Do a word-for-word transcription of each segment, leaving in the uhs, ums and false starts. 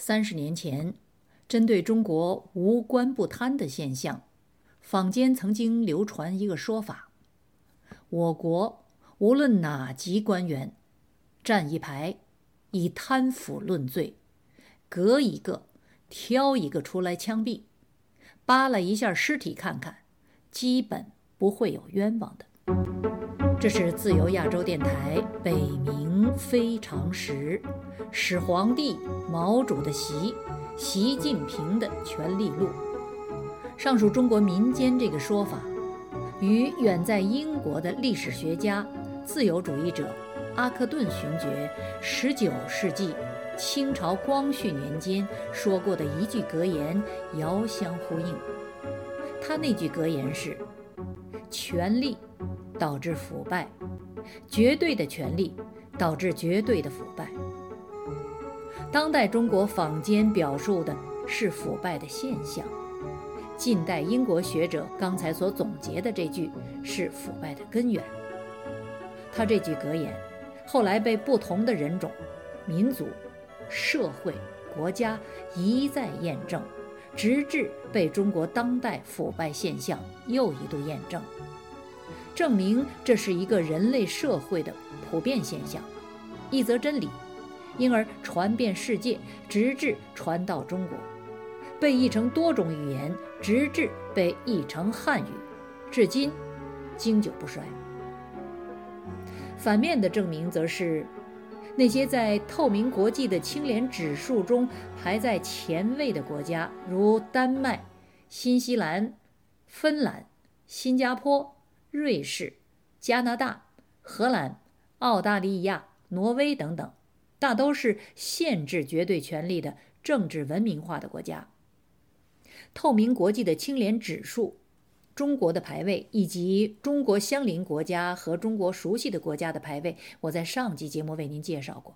三十年前，针对中国无官不贪的现象，坊间曾经流传一个说法：我国无论哪级官员，站一排，以贪腐论罪，隔一个挑一个出来枪毙，扒拉一下尸体看看，基本不会有冤枉的。这是自由亚洲电台北冥非常时，始皇帝毛主的习，习近平的权力录。上述中国民间这个说法，与远在英国的历史学家、自由主义者阿克顿勋爵十九世纪清朝光绪年间说过的一句格言遥相呼应。他那句格言是：权力导致腐败，绝对的权力导致绝对的腐败。当代中国坊间表述的是腐败的现象，近代英国学者刚才所总结的这句是腐败的根源。他这句格言后来被不同的人种、民族、社会、国家一再验证，直至被中国当代腐败现象又一度验证，证明这是一个人类社会的普遍现象，一则真理，因而传遍世界，直至传到中国，被译成多种语言，直至被译成汉语，至今经久不衰。反面的证明则是那些在透明国际的清廉指数中排在前位的国家，如丹麦、新西兰、芬兰、新加坡、瑞士、加拿大、荷兰、澳大利亚、挪威等等，大都是限制绝对权力的政治文明化的国家。透明国际的清廉指数，中国的排位以及中国相邻国家和中国熟悉的国家的排位，我在上期节目为您介绍过。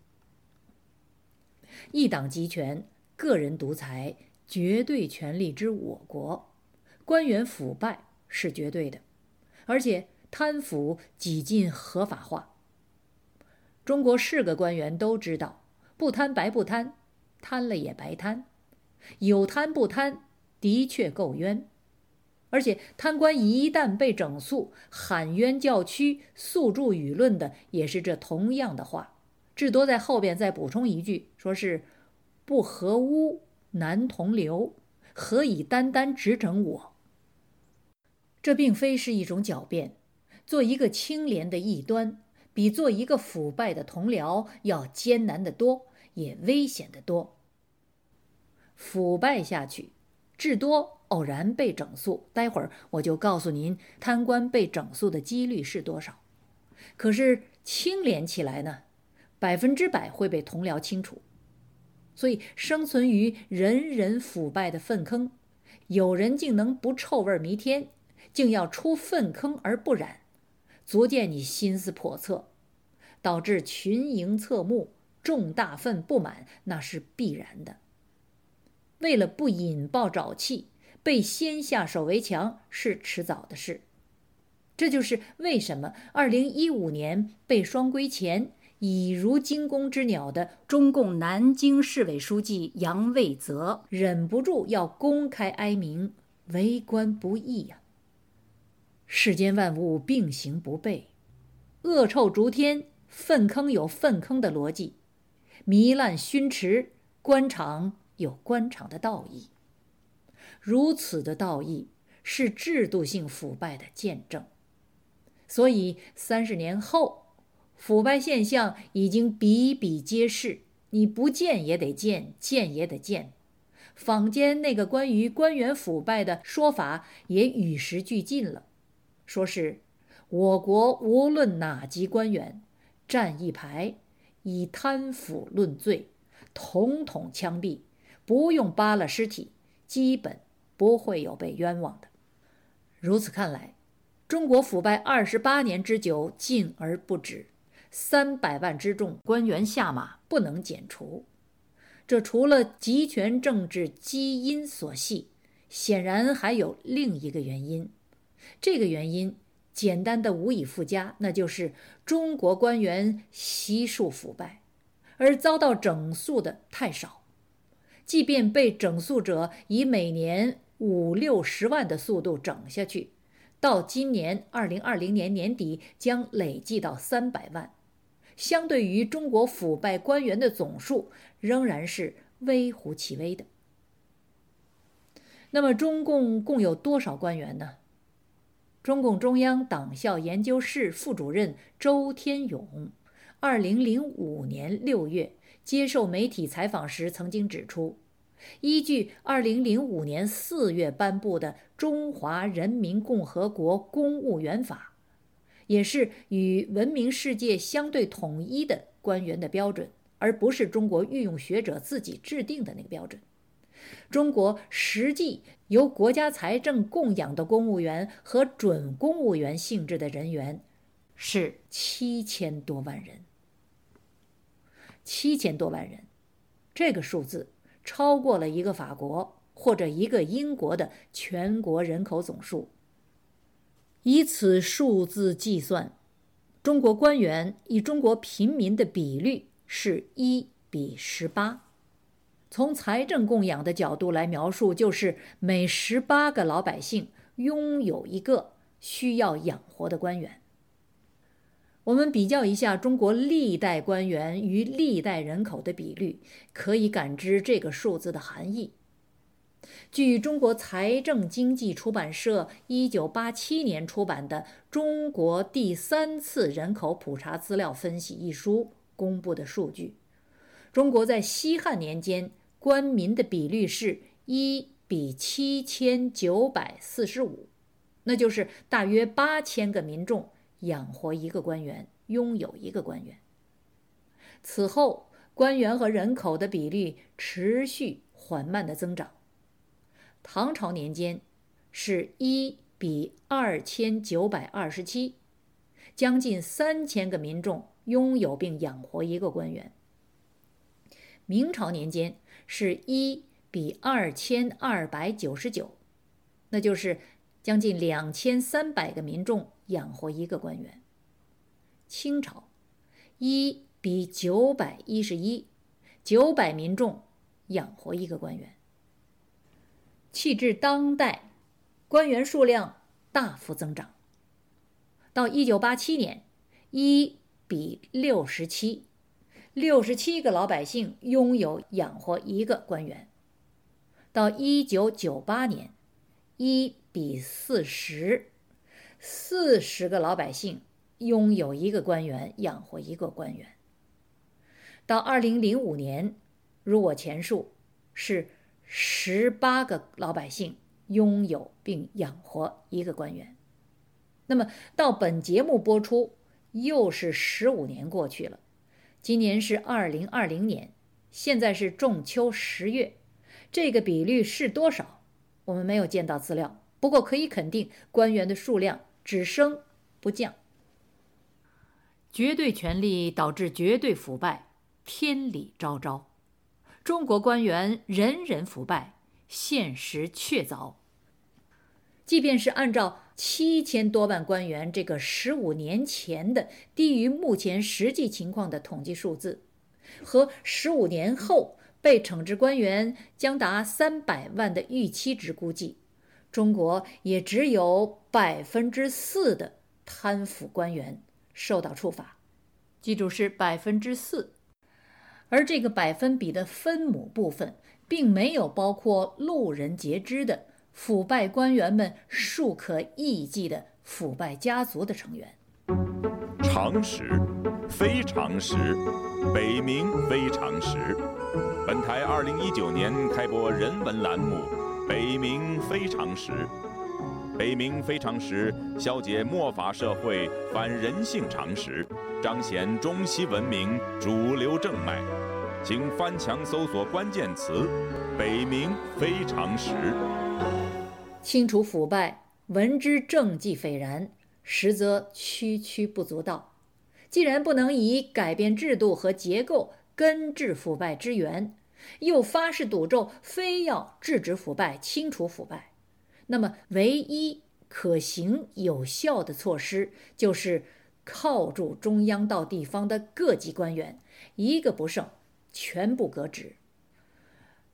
一党集权、个人独裁、绝对权力之我国，官员腐败是绝对的，而且贪腐几近合法化。中国是个官员都知道，不贪白不贪，贪了也白贪，有贪不贪的确够冤。而且贪官一旦被整肃，喊冤叫屈、诉诸舆论的也是这同样的话，至多在后边再补充一句，说是不合污难同流，何以单单只整我？这并非是一种狡辩，做一个清廉的异端，比做一个腐败的同僚要艰难得多，也危险得多。腐败下去，至多偶然被整肃，待会儿我就告诉您贪官被整肃的几率是多少。可是清廉起来呢，百分之百会被同僚清除。所以生存于人人腐败的粪坑，有人竟能不臭味弥天，竟要出粪坑而不染，足见你心思叵测，导致群营侧目、众大愤不满，那是必然的。为了不引爆沼气，被先下手为强是迟早的事。这就是为什么二零一五年被双规前已如惊弓之鸟的中共南京市委书记杨卫泽忍不住要公开哀鸣，为官不义呀、啊！世间万物并行不悖，恶臭逐天，粪坑有粪坑的逻辑，糜烂熏池，官场有官场的道义。如此的道义是制度性腐败的见证。所以三十年后，腐败现象已经比比皆是，你不见也得见，见也得见。坊间那个关于官员腐败的说法也与时俱进了，说是我国无论哪级官员，站一排，以贪腐论罪，统统枪毙，不用扒拉尸体，基本不会有被冤枉的。如此看来，中国腐败二十八年之久，禁而不止，三百万之众官员下马不能剪除。这除了集权政治基因所系，显然还有另一个原因。这个原因简单的无以复加，那就是中国官员悉数腐败，而遭到整肃的太少。 即便被整肃者以每年五六十万的速度整下去，到今年二零二零年年底将累计到三百万，相对于中国腐败官员的总数，仍然是微乎其微的。那么中共共有多少官员呢？中共中央党校研究室副主任周天勇二零零五年六月接受媒体采访时曾经指出，依据二零零五年四月颁布的《中华人民共和国公务员法》，也是与文明世界相对统一的官员的标准，而不是中国御用学者自己制定的那个标准。中国实际由国家财政供养的公务员和准公务员性质的人员是七千多万人。七千多万人，这个数字超过了一个法国或者一个英国的全国人口总数。以此数字计算，中国官员与中国平民的比率是一比十八。从财政供养的角度来描述，就是每十八个老百姓拥有一个需要养活的官员。我们比较一下中国历代官员与历代人口的比率，可以感知这个数字的含义。据中国财政经济出版社一九八七年出版的《中国第三次人口普查资料分析》一书公布的数据，中国在西汉年间官民的比率是一比七千九百四十五，那就是大约八千个民众养活一个官员，拥有一个官员。此后，官员和人口的比率持续缓慢的增长。唐朝年间是一比二千九百二十七，将近三千个民众拥有并养活一个官员。明朝年间是一比二千二百九十九，那就是将近两千三百个民众养活一个官员。清朝一比九百一十一，九百民众养活一个官员。弃至当代，官员数量大幅增长，到一九八七年一比六十七，六十七个老百姓拥有养活一个官员。到一九九八年一比四十，四十个老百姓拥有一个官员，养活一个官员。到二零零五年，如我前述，是十八个老百姓拥有并养活一个官员。那么到本节目播出，又是十五年过去了。今年是二零二零年，现在是仲秋十月，这个比率是多少？我们没有见到资料，不过可以肯定，官员的数量只升不降。绝对权力导致绝对腐败，天理昭昭。中国官员人人腐败，现实确凿。即便是按照七千多万官员这个十五年前的低于目前实际情况的统计数字，和十五年后被惩治官员将达三百万的预期值估计，中国也只有百分之四的贪腐官员受到处罚。记住是百分之四。而这个百分比的分母部分，并没有包括路人皆知的腐败官员们数可亿计的腐败家族的成员。 常识、非常识，北冥非常识。本台二零一九年开播人文栏目《北冥非常识》。北冥非常识消解末法社会反人性常识，彰显中西文明主流正脉。请翻墙搜索关键词“北冥非常识”。 清除腐败，闻之政绩斐然，实则区区不足道。既然不能以改变制度和结构根治腐败之源，又发誓赌咒非要制止腐败、清除腐败，那么唯一可行有效的措施，就是靠住中央到地方的各级官员，一个不剩全部革职。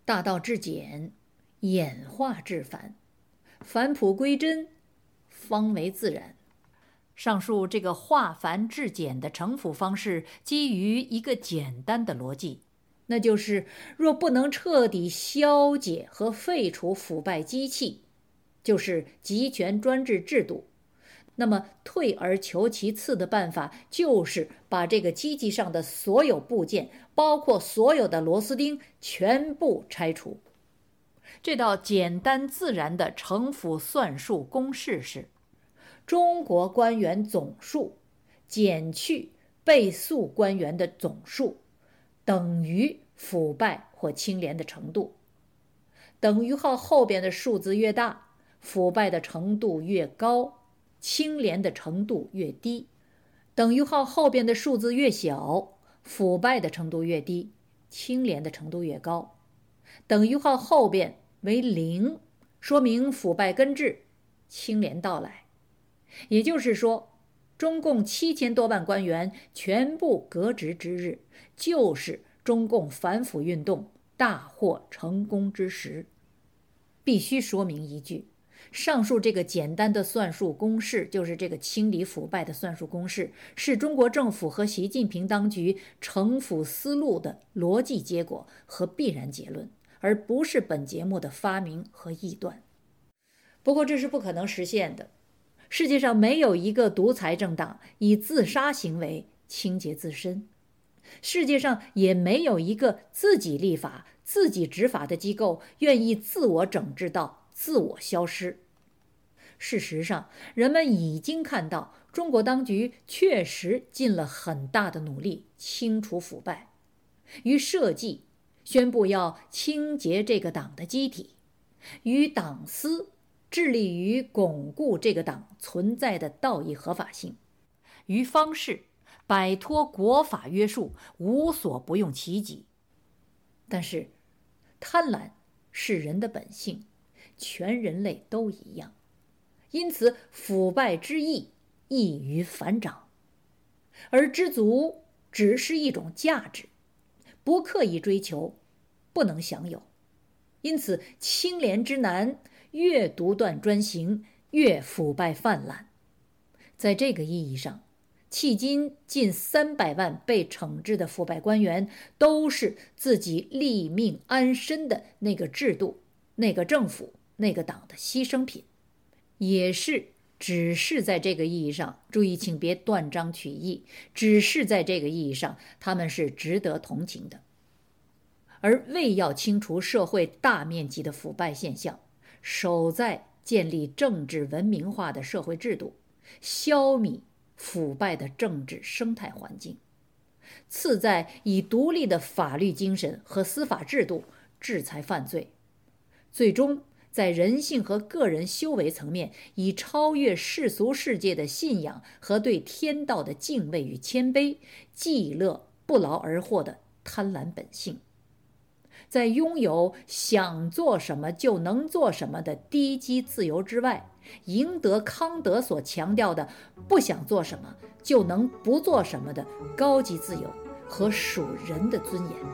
大道至简，演化至繁，返璞归真，方为自然。上述这个化繁至简的成腐方式基于一个简单的逻辑，那就是若不能彻底消解和废除腐败机器，就是集权专制制度，那么退而求其次的办法就是把这个机器上的所有部件，包括所有的螺丝钉，全部拆除。这道简单自然的成腐算术公式是：中国官员总数减去被诉官员的总数等于腐败或清廉的程度。等于号后边的数字越大，腐败的程度越高，清廉的程度越低；等于号后边的数字越小，腐败的程度越低，清廉的程度越高。等于号后边为零，说明腐败根治，清廉到来。也就是说，中共七千多万官员全部革职之日，就是中共反腐运动大获成功之时。必须说明一句，上述这个简单的算术公式，就是这个清理腐败的算术公式，是中国政府和习近平当局成腐思路的逻辑结果和必然结论，而不是本节目的发明和臆断。不过这是不可能实现的。世界上没有一个独裁政党以自杀行为清洁自身，世界上也没有一个自己立法、自己执法的机构愿意自我整治到自我消失。事实上，人们已经看到中国当局确实尽了很大的努力清除腐败，于设计宣布要清洁这个党的机体，于党司致力于巩固这个党存在的道义合法性，于方式摆脱国法约束，无所不用其极。但是贪婪是人的本性，全人类都一样，因此腐败之意易于反掌，而知足只是一种价值，不刻意追求，不能享有。因此清廉之难，越独断专行，越腐败泛滥。在这个意义上，迄今近三百万被惩治的腐败官员，都是自己立命安身的那个制度、那个政府、那个党的牺牲品，也是只是在这个意义上，注意请别断章取义，只是在这个意义上，他们是值得同情的。而为要清除社会大面积的腐败现象，首在建立政治文明化的社会制度，消弭腐败的政治生态环境，次在以独立的法律精神和司法制度制裁犯罪，最终在人性和个人修为层面，以超越世俗世界的信仰和对天道的敬畏与谦卑，济乐不劳而获的贪婪本性，在拥有想做什么就能做什么的低级自由之外，赢得康德所强调的不想做什么就能不做什么的高级自由和属人的尊严。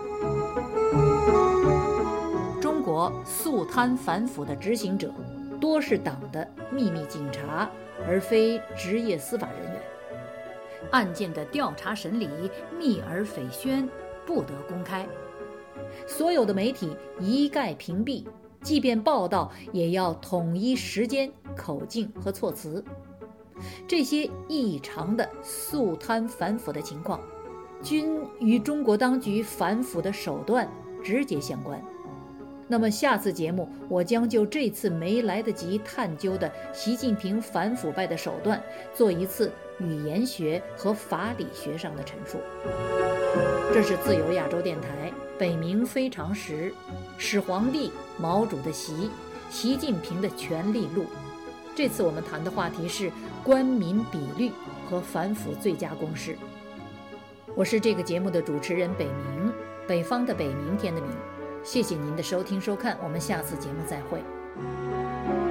中国肃贪反腐的执行者多是党的秘密警察，而非职业司法人员。案件的调查审理秘而匪宣，不得公开。所有的媒体一概屏蔽，即便报道也要统一时间、口径和措辞。这些异常的肃贪反腐的情况，均与中国当局反腐的手段直接相关。那么下次节目，我将就这次没来得及探究的习近平反腐败的手段，做一次语言学和法理学上的陈述。这是自由亚洲电台北冥非常时，始皇帝毛主的习，习近平的权力录。这次我们谈的话题是官民比率和反腐最佳公式。我是这个节目的主持人北冥，北方的北，明天的明。谢谢您的收听收看，我们下次节目再会。